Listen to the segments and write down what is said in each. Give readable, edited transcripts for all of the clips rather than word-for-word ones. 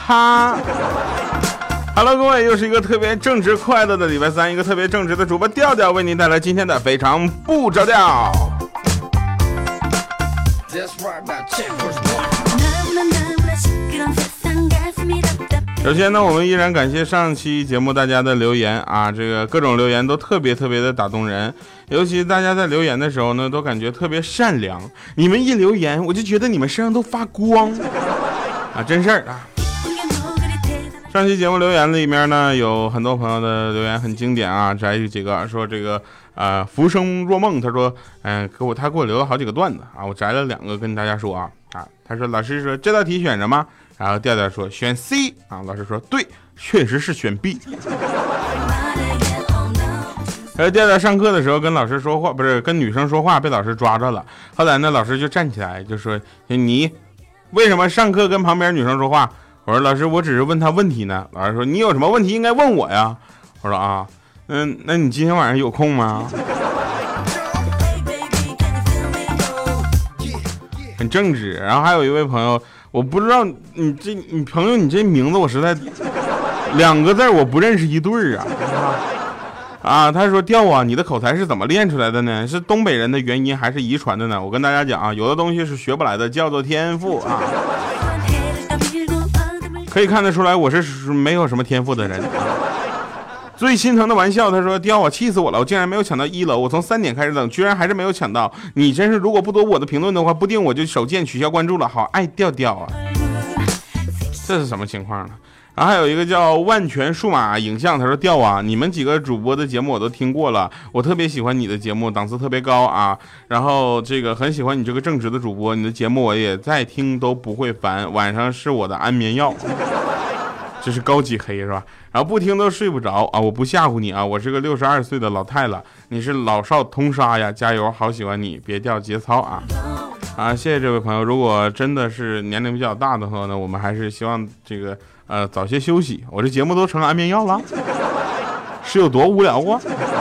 哈。Hello， 各位，又是一个特别正直快乐的礼拜三，一个特别正直的主播调调为您带来今天的非常不着调。首先呢，我们依然感谢上期节目大家的留言啊，这个各种留言都特别的打动人，尤其大家在留言的时候呢，都感觉特别善良。你们一留言，我就觉得你们身上都发光啊，真事儿啊。上期节目留言里面呢，有很多朋友的留言很经典啊，摘几个说这个浮生若梦，他说他给我留了好几个段子啊，我摘了2个跟大家说啊，他说老师说这道题选什么？然后调调说选 C 啊，老师说对，确实是选 B。还有调调上课的时候跟老师说话，不是跟女生说话，被老师抓着了。后来呢，老师就站起来就说你为什么上课跟旁边女生说话？我说老师，我只是问他问题呢。老师说你有什么问题应该问我呀。我说啊，那你今天晚上有空吗？很正直。然后还有一位朋友，我不知道你朋友你这名字我实在2个字我不认识一对儿啊。他说调啊，你的口才是怎么练出来的呢？是东北人的原因还是遗传的呢？我跟大家讲啊，有的东西是学不来的，叫做天赋啊。可以看得出来我是没有什么天赋的人啊。最心疼的玩笑，他说调啊，气死我了，我竟然没有抢到1楼，我从3点开始等，居然还是没有抢到。你真是如果不多我的评论的话，不定我就手贱取消关注了。好爱调调啊，这是什么情况呢？然后还有一个叫万全数码影像，他说调啊，你们几个主播的节目我都听过了，我特别喜欢你的节目，档次特别高啊，然后这个很喜欢你这个正直的主播，你的节目我也再听都不会烦，晚上是我的安眠药。这是高级黑是吧？然后不听都睡不着啊！我不吓唬你啊，我是个62岁的老太了，你是老少通杀呀！加油，好喜欢你，别掉节操啊！谢谢这位朋友。如果真的是年龄比较大的话呢，我们还是希望这个早些休息。我这节目都成安眠药了，是有多无聊啊？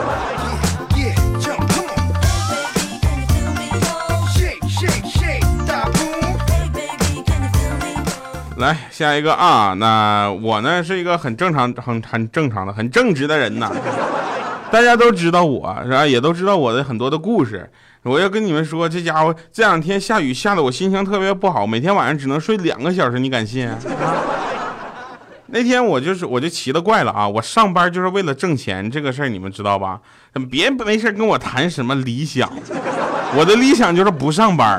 来下一个啊，那我呢是一个很正常、很正常的、很正直的人呐。大家都知道我是吧，也都知道我的很多的故事。我要跟你们说，这家伙这2天下雨下得我心情特别不好，每天晚上只能睡2个小时，你敢信啊？那天我就奇了怪了啊！我上班就是为了挣钱，这个事儿你们知道吧？别没事跟我谈什么理想，我的理想就是不上班。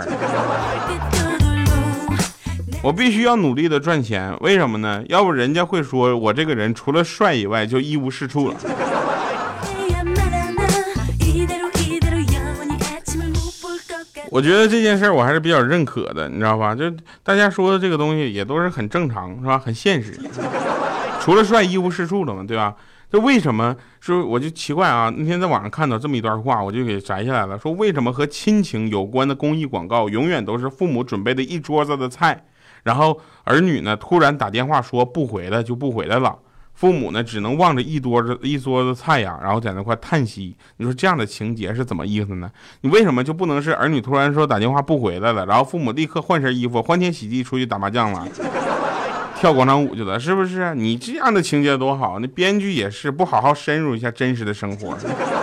我必须要努力的赚钱，为什么呢？要不人家会说我这个人除了帅以外就一无是处了。我觉得这件事我还是比较认可的，你知道吧？就大家说的这个东西也都是很正常，是吧？很现实。除了帅一无是处了嘛，对吧？这为什么说我就奇怪啊？那天在网上看到这么一段话，我就给摘下来了。说为什么和亲情有关的公益广告永远都是父母准备的一桌子的菜？然后儿女呢突然打电话说不回来就不回来了，父母呢只能望着一桌子菜呀，然后在那块叹息。你说这样的情节是怎么意思呢？你为什么就不能是儿女突然说打电话不回来了，然后父母立刻换身衣服欢天喜地出去打麻将了，跳广场舞去了，是不是？你这样的情节多好，那编剧也是不好好深入一下真实的生活。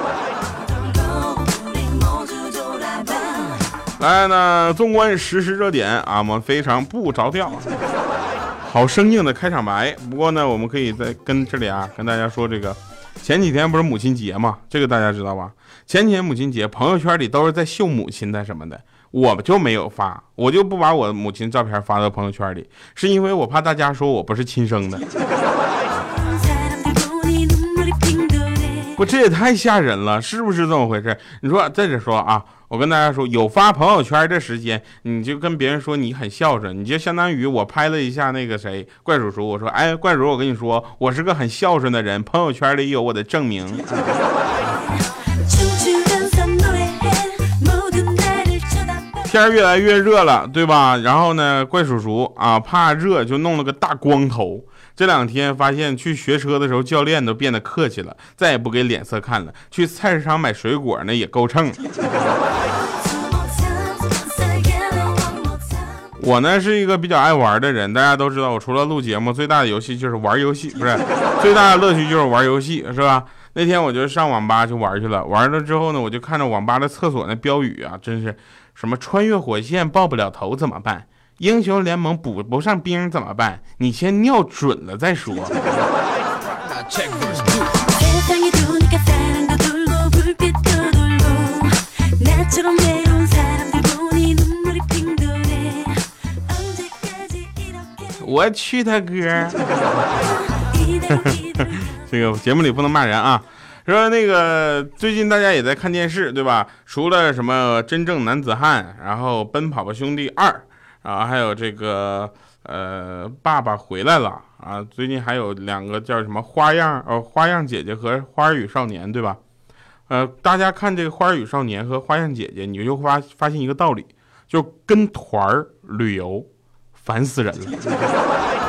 来呢，纵观时事热点啊，我们非常不着调，好生硬的开场白。不过呢，我们可以在这里跟大家说，这个前几天不是母亲节嘛，这个大家知道吧？前几天母亲节，朋友圈里都是在秀母亲的什么的，我就没有发，我就不把我母亲照片发到朋友圈里，是因为我怕大家说我不是亲生的。不，这也太吓人了，是不是这么回事？你说再者说啊，我跟大家说，有发朋友圈这时间，你就跟别人说你很孝顺，你就相当于我拍了一下那个谁怪叔叔，我说哎，怪叔叔，我跟你说，我是个很孝顺的人，朋友圈里有我的证明。天越来越热了，对吧？然后呢，怪叔叔啊，怕热就弄了个大光头。这2天发现去学车的时候，教练都变得客气了，再也不给脸色看了。去菜市场买水果呢，也够秤了。 我呢是一个比较爱玩的人，大家都知道，我除了录节目，最大的游戏就是玩游戏，不是最大的乐趣就是玩游戏，是吧？那天我就上网吧去玩去了，玩了之后呢，我就看着网吧的厕所那标语啊，真是什么穿越火线爆不了头怎么办？英雄联盟补不上兵怎么办？你先尿准了再说。我去他哥！这个节目里不能骂人啊。说那个最近大家也在看电视，对吧？除了什么真正男子汉，然后奔跑吧兄弟2，然后还有这个爸爸回来了啊。最近还有2个叫什么花样姐姐和花儿与少年，对吧？大家看这个花儿与少年和花样姐姐，你就发现一个道理，就跟团旅游烦死人了。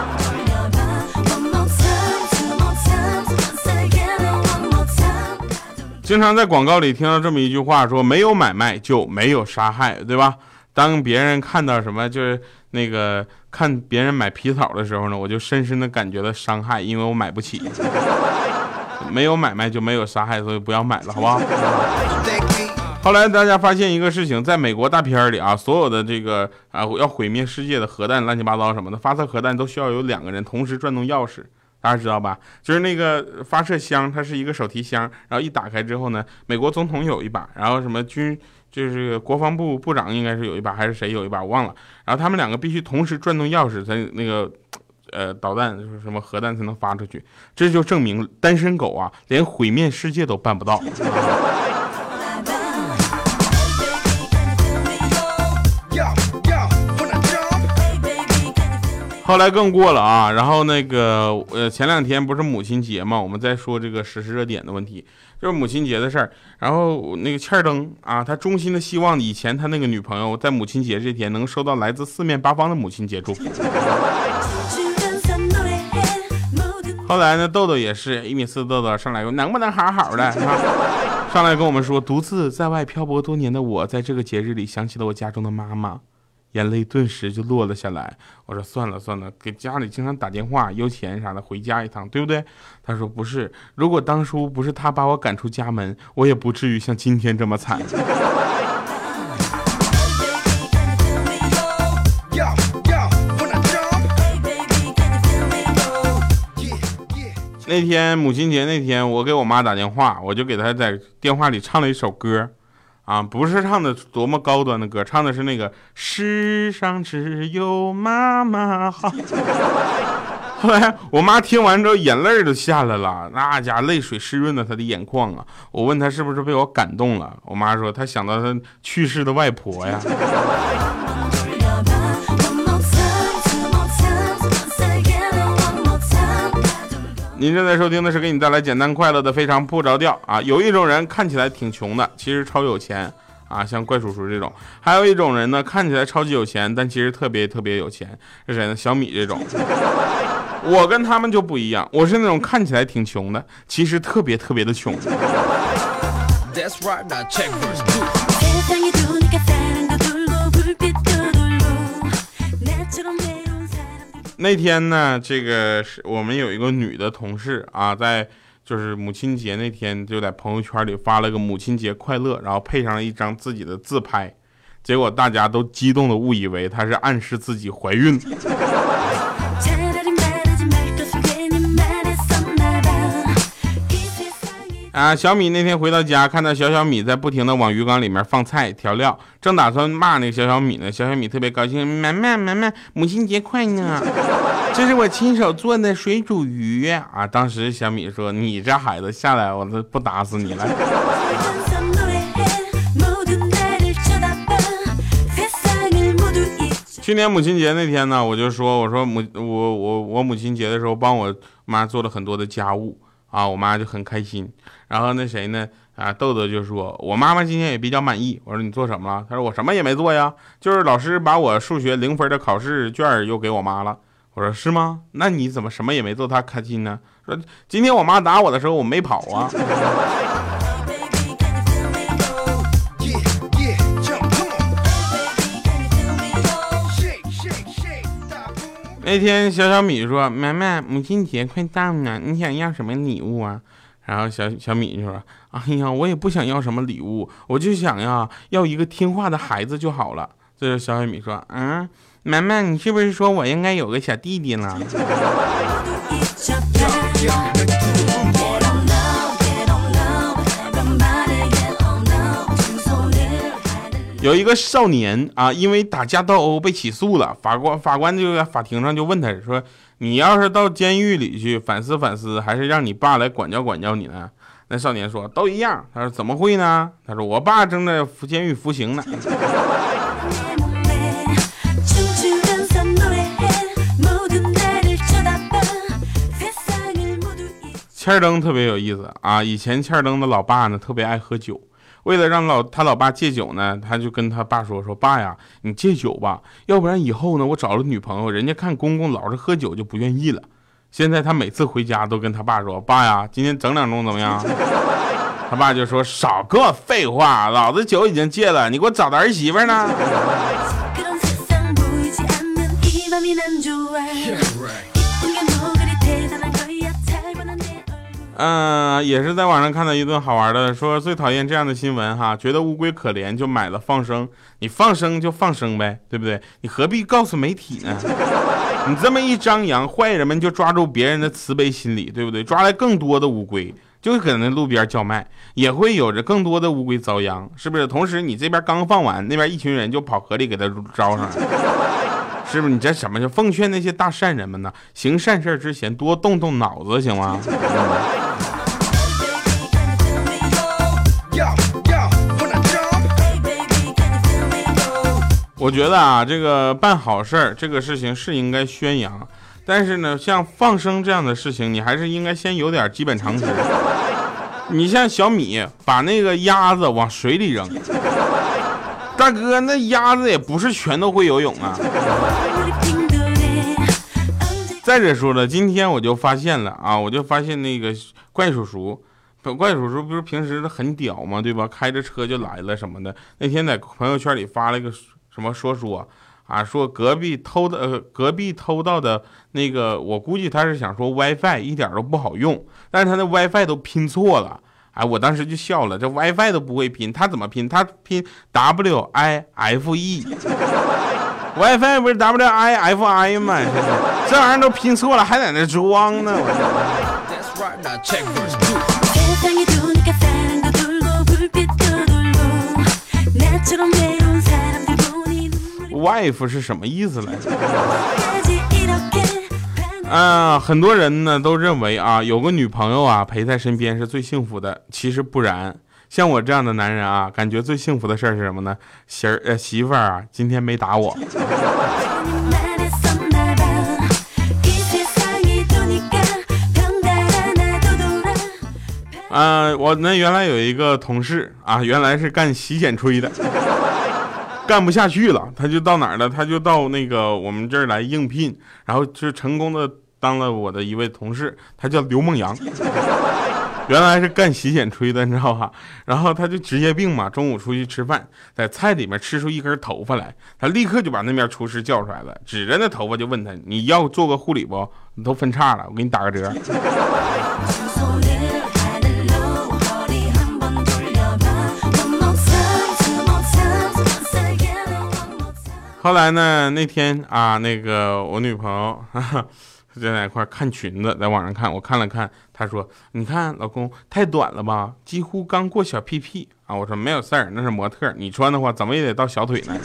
经常在广告里听到这么一句话，说没有买卖就没有杀害，对吧？当别人看到什么就是那个看别人买皮草的时候呢，我就深深的感觉到伤害，因为我买不起。没有买卖就没有杀害，所以不要买了，好不好？后来大家发现一个事情，在美国大片里啊，所有的这个要毁灭世界的核弹乱七八糟什么的，发射核弹都需要有2个人同时转动钥匙。大家知道吧？就是那个发射箱，它是一个手提箱，然后一打开之后呢，美国总统有一把，然后什么就是国防部部长应该是有一把，还是谁有一把我忘了。然后他们2个必须同时转动钥匙，才那个导弹就是什么核弹才能发出去。这就证明单身狗啊，连毁灭世界都办不到。后来更过了啊，然后那个前2天不是母亲节嘛，我们在说这个时事热点的问题，就是母亲节的事儿。然后那个欠登啊，他衷心的希望以前他那个女朋友在母亲节这天能收到来自4面8方的母亲节祝福。后来呢，豆豆也是1.4米豆豆上来说能不能好好的啊，上来跟我们说，独自在外漂泊多年的我，在这个节日里想起了我家中的妈妈。眼泪顿时就落了下来。我说算了算了，给家里经常打电话邮钱啥的，回家一趟，对不对？他说不是，如果当初不是他把我赶出家门，我也不至于像今天这么惨。那天母亲节那天，我给我妈打电话，我就给她在电话里唱了一首歌。啊，不是唱的多么高端的歌，唱的是那个世上只有妈妈好。后来我妈听完之后眼泪都下来了，那家泪水湿润了她的眼眶啊。我问她是不是被我感动了，我妈说她想到她去世的外婆呀。您正在收听的是给你带来简单快乐的非常不着调啊！有一种人看起来挺穷的，其实超有钱啊，像怪叔叔这种；还有一种人呢，看起来超级有钱，但其实特别特别有钱，是谁呢？小米这种。我跟他们就不一样，我是那种看起来挺穷的，其实特别特别的穷。那天呢，这个是我们有一个女的同事啊，在就是母亲节那天就在朋友圈里发了个母亲节快乐，然后配上了一张自己的自拍，结果大家都激动的误以为她是暗示自己怀孕。啊，小米那天回到家，看到小米在不停的往鱼缸里面放菜调料，正打算骂那个小米呢，小米特别高兴，妈妈，母亲节快乐，这是我亲手做的水煮鱼啊！当时小米说：“你这孩子下来，我都不打死你了。”去年母亲节那天呢，我就说，我说我母亲节的时候帮我妈做了很多的家务。啊，我妈就很开心，然后那谁呢？啊，豆豆就说，我妈妈今天也比较满意。我说你做什么了？她说我什么也没做呀，就是老师把我数学0分的考试卷又给我妈了。我说是吗？那你怎么什么也没做，她开心呢？说今天我妈打我的时候我没跑啊。 那天小米说：“妈妈，母亲节快到了，你想要什么礼物啊？”然后小米就说：“哎呀，我也不想要什么礼物，我就想要一个听话的孩子就好了。”这时小米说：“妈妈，你是不是说我应该有个小弟弟呢？”有一个少年因为打架斗殴被起诉了，法官就在法庭上就问他说：“你要是到监狱里去反思反思，还是让你爸来管教你呢？”那少年说：“都一样。”他说：“怎么会呢？”他说：“我爸正在监狱服刑呢。”欠儿登特别有意思以前欠儿登的老爸呢特别爱喝酒。为了让他老爸戒酒呢，他就跟他爸说爸呀，你戒酒吧，要不然以后呢，我找了女朋友，人家看公公老是喝酒就不愿意了。现在他每次回家都跟他爸说，爸呀，今天整2盅怎么样？他爸就说，少跟我废话，老子酒已经戒了，你给我找的儿媳妇呢？也是在网上看到一顿好玩的，说最讨厌这样的新闻觉得乌龟可怜就买了放生，你放生就放生呗，对不对？你何必告诉媒体呢？你这么一张扬，坏人们就抓住别人的慈悲心理，对不对？抓来更多的乌龟，就可能路边叫卖，也会有着更多的乌龟遭殃，是不是？同时你这边刚放完，那边一群人就跑河里给他招上来，是不是？你这什么就奉劝那些大善人们呢？行善事之前多动动脑子，行吗？我觉得这个办好事儿这个事情是应该宣扬，但是呢，像放生这样的事情，你还是应该先有点基本常识。你像小米把那个鸭子往水里扔，大哥，那鸭子也不是全都会游泳啊。再者说了，今天我就发现了我就发现那个怪叔叔不是平时很屌吗？对吧？开着车就来了什么的。那天在朋友圈里发了一个什么说说隔壁偷到的那个，我估计他是想说 WiFi 一点都不好用，但是他的 WiFi 都拼错了。我当时就笑了，这 WiFi 都不会拼，他怎么拼？他拼 WIFE。WiFi 不是 WIFI 吗？这玩意儿都拼错了，还在那装呢。wife 是什么意思来着？很多人呢都认为有个女朋友陪在身边是最幸福的，其实不然。像我这样的男人感觉最幸福的事是什么呢？媳妇儿今天没打我。我呢原来有一个同事原来是干洗剪吹的，干不下去了，他就到哪儿了？他就到那个我们这儿来应聘，然后就成功的当了我的一位同事，他叫刘梦阳。原来是干洗剪吹的，你知道吧？然后他就职业病嘛，中午出去吃饭，在菜里面吃出一根头发来，他立刻就把那边厨师叫出来了，指着那头发就问他：“你要做个护理不？你都分叉了，我给你打个折。”后来呢，那天那个我女朋友在那块看裙子，在网上看，我看了看，她说：“你看老公太短了吧，几乎刚过小屁屁啊。”我说：“没有事儿，那是模特，你穿的话怎么也得到小腿呢。”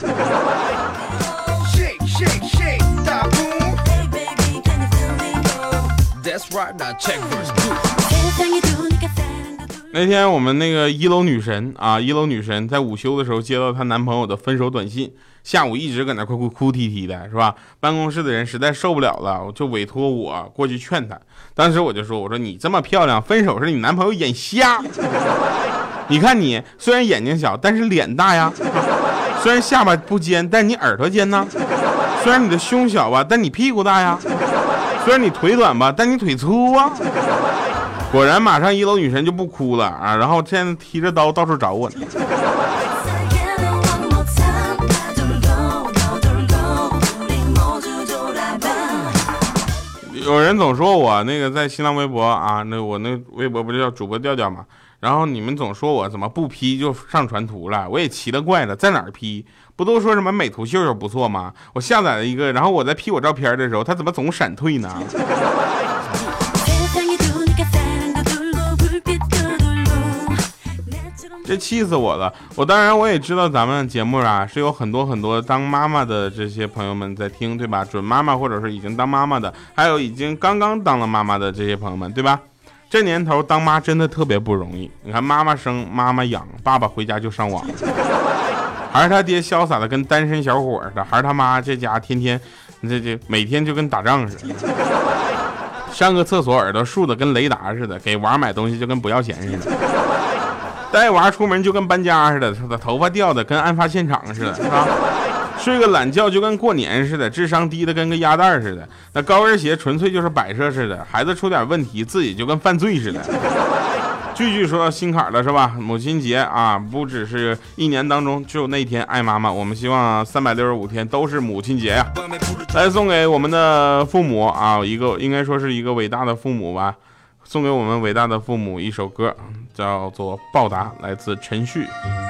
那天我们那个一楼女神在午休的时候接到她男朋友的分手短信，下午一直搁那哭啼啼的，是吧？办公室的人实在受不了了，我就委托我过去劝她。当时我就说：“我说你这么漂亮，分手是你男朋友眼瞎。你看你虽然眼睛小，但是脸大呀；虽然下巴不尖，但是你耳朵尖呢；虽然你的胸小吧，但你屁股大呀；虽然你腿短吧，但你腿粗啊。”果然马上一楼女神就不哭了然后现在提着刀到处找我呢。 有人总说我那个在新浪微博啊，我那微博不是叫主播调调嘛，然后你们总说我怎么不 P 就上传图了，我也奇了怪了，在哪儿 P？不都说什么美图秀秀不错吗？我下载了一个，然后我在 P 我照片的时候，它怎么总闪退呢？这气死我了！当然我也知道咱们节目啊是有很多当妈妈的这些朋友们在听，对吧？准妈妈或者是已经当妈妈的，还有已经刚刚当了妈妈的这些朋友们，对吧？这年头当妈真的特别不容易。你看妈妈生妈妈养，爸爸回家就上网，还是他爹潇洒的跟单身小伙似的，还是他妈这家天天这每天就跟打仗似的，上个厕所耳朵竖的跟雷达似的，给娃买东西就跟不要钱似的。带娃出门就跟搬家似的，他的头发掉的跟案发现场似的，是吧？睡个懒觉就跟过年似的，智商低的跟个鸭蛋似的。那高跟鞋纯粹就是摆设似的，孩子出点问题自己就跟犯罪似的。句说到心坎了，是吧？母亲节啊，不只是一年当中只有那一天爱妈妈，我们希望365天都是母亲节呀。来送给我们的父母啊，应该说是一个伟大的父母吧。送给我们伟大的父母一首歌，叫做《报答》，来自陈旭。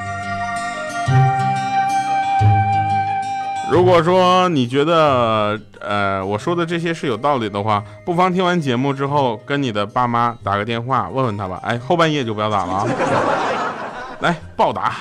如果说你觉得我说的这些是有道理的话，不妨听完节目之后跟你的爸妈打个电话问问他吧。后半夜就不要打了啊。来，报答。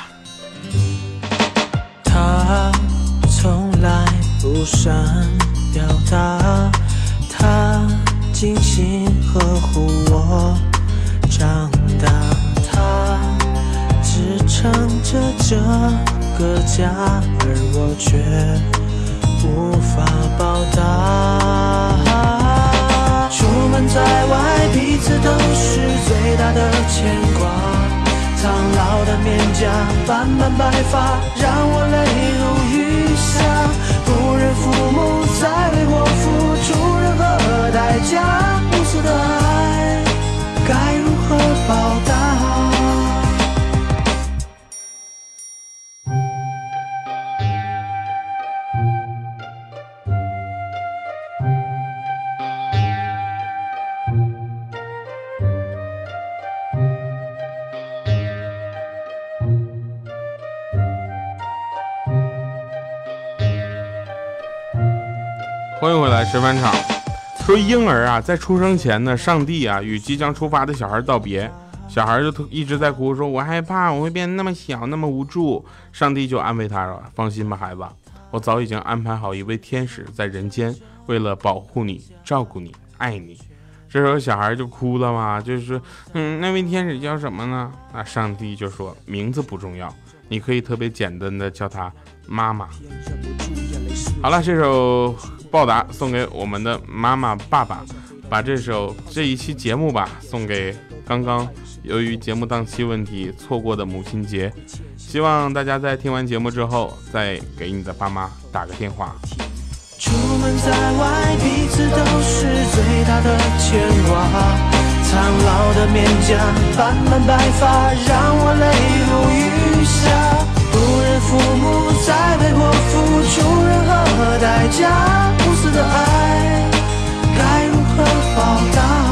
他从来不善表达，他精心呵护我长大，他支撑着这个家，而我却无法报答。出门在外，彼此都是最大的牵挂，苍老的面颊，斑斑白发，让我泪如雨下。不忍父母再为我付出任何代价，无私的爱该如何报答？ 欢迎回来吃饭场。说婴儿啊，在出生前呢，上帝啊与即将出发的小孩道别，小孩就一直在哭，说我害怕我会变得那么小那么无助。上帝就安慰他了，放心吧孩子，我早已经安排好一位天使在人间，为了保护你照顾你爱你。这时候小孩就哭了嘛，就是说那位天使叫什么呢？那上帝就说名字不重要，你可以特别简单的叫他妈妈。好了，这首报答送给我们的妈妈爸爸，把这一期节目吧送给刚刚由于节目档期问题错过的母亲节。希望大家在听完节目之后再给你的爸妈打个电话。 出门在外，彼此都是最大的牵挂，苍老的面颊，斑斑白发，让我泪如雨下。不忍父母再为我付出任何代价，无私的爱该如何报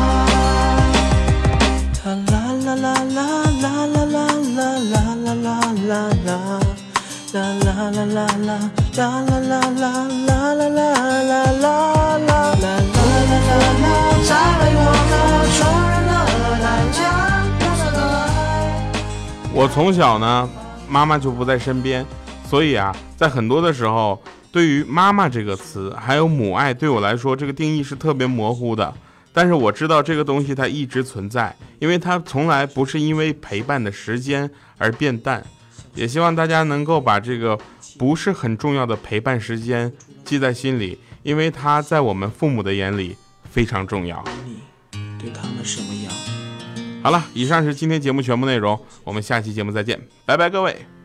答？啦啦啦啦啦啦啦啦啦啦啦啦啦。啦啦啦啦啦啦啦啦啦啦啦啦啦啦啦，再为我的承认了代价，无私的爱。 我从小呢，妈妈就不在身边，所以啊，在很多的时候，对于妈妈这个词，还有母爱，对我来说，这个定义是特别模糊的。但是我知道这个东西它一直存在，因为它从来不是因为陪伴的时间而变淡。也希望大家能够把这个不是很重要的陪伴时间记在心里，因为它在我们父母的眼里非常重要。 你对他们什么样？ 好了，以上是今天节目全部内容，我们下期节目再见，拜拜各位。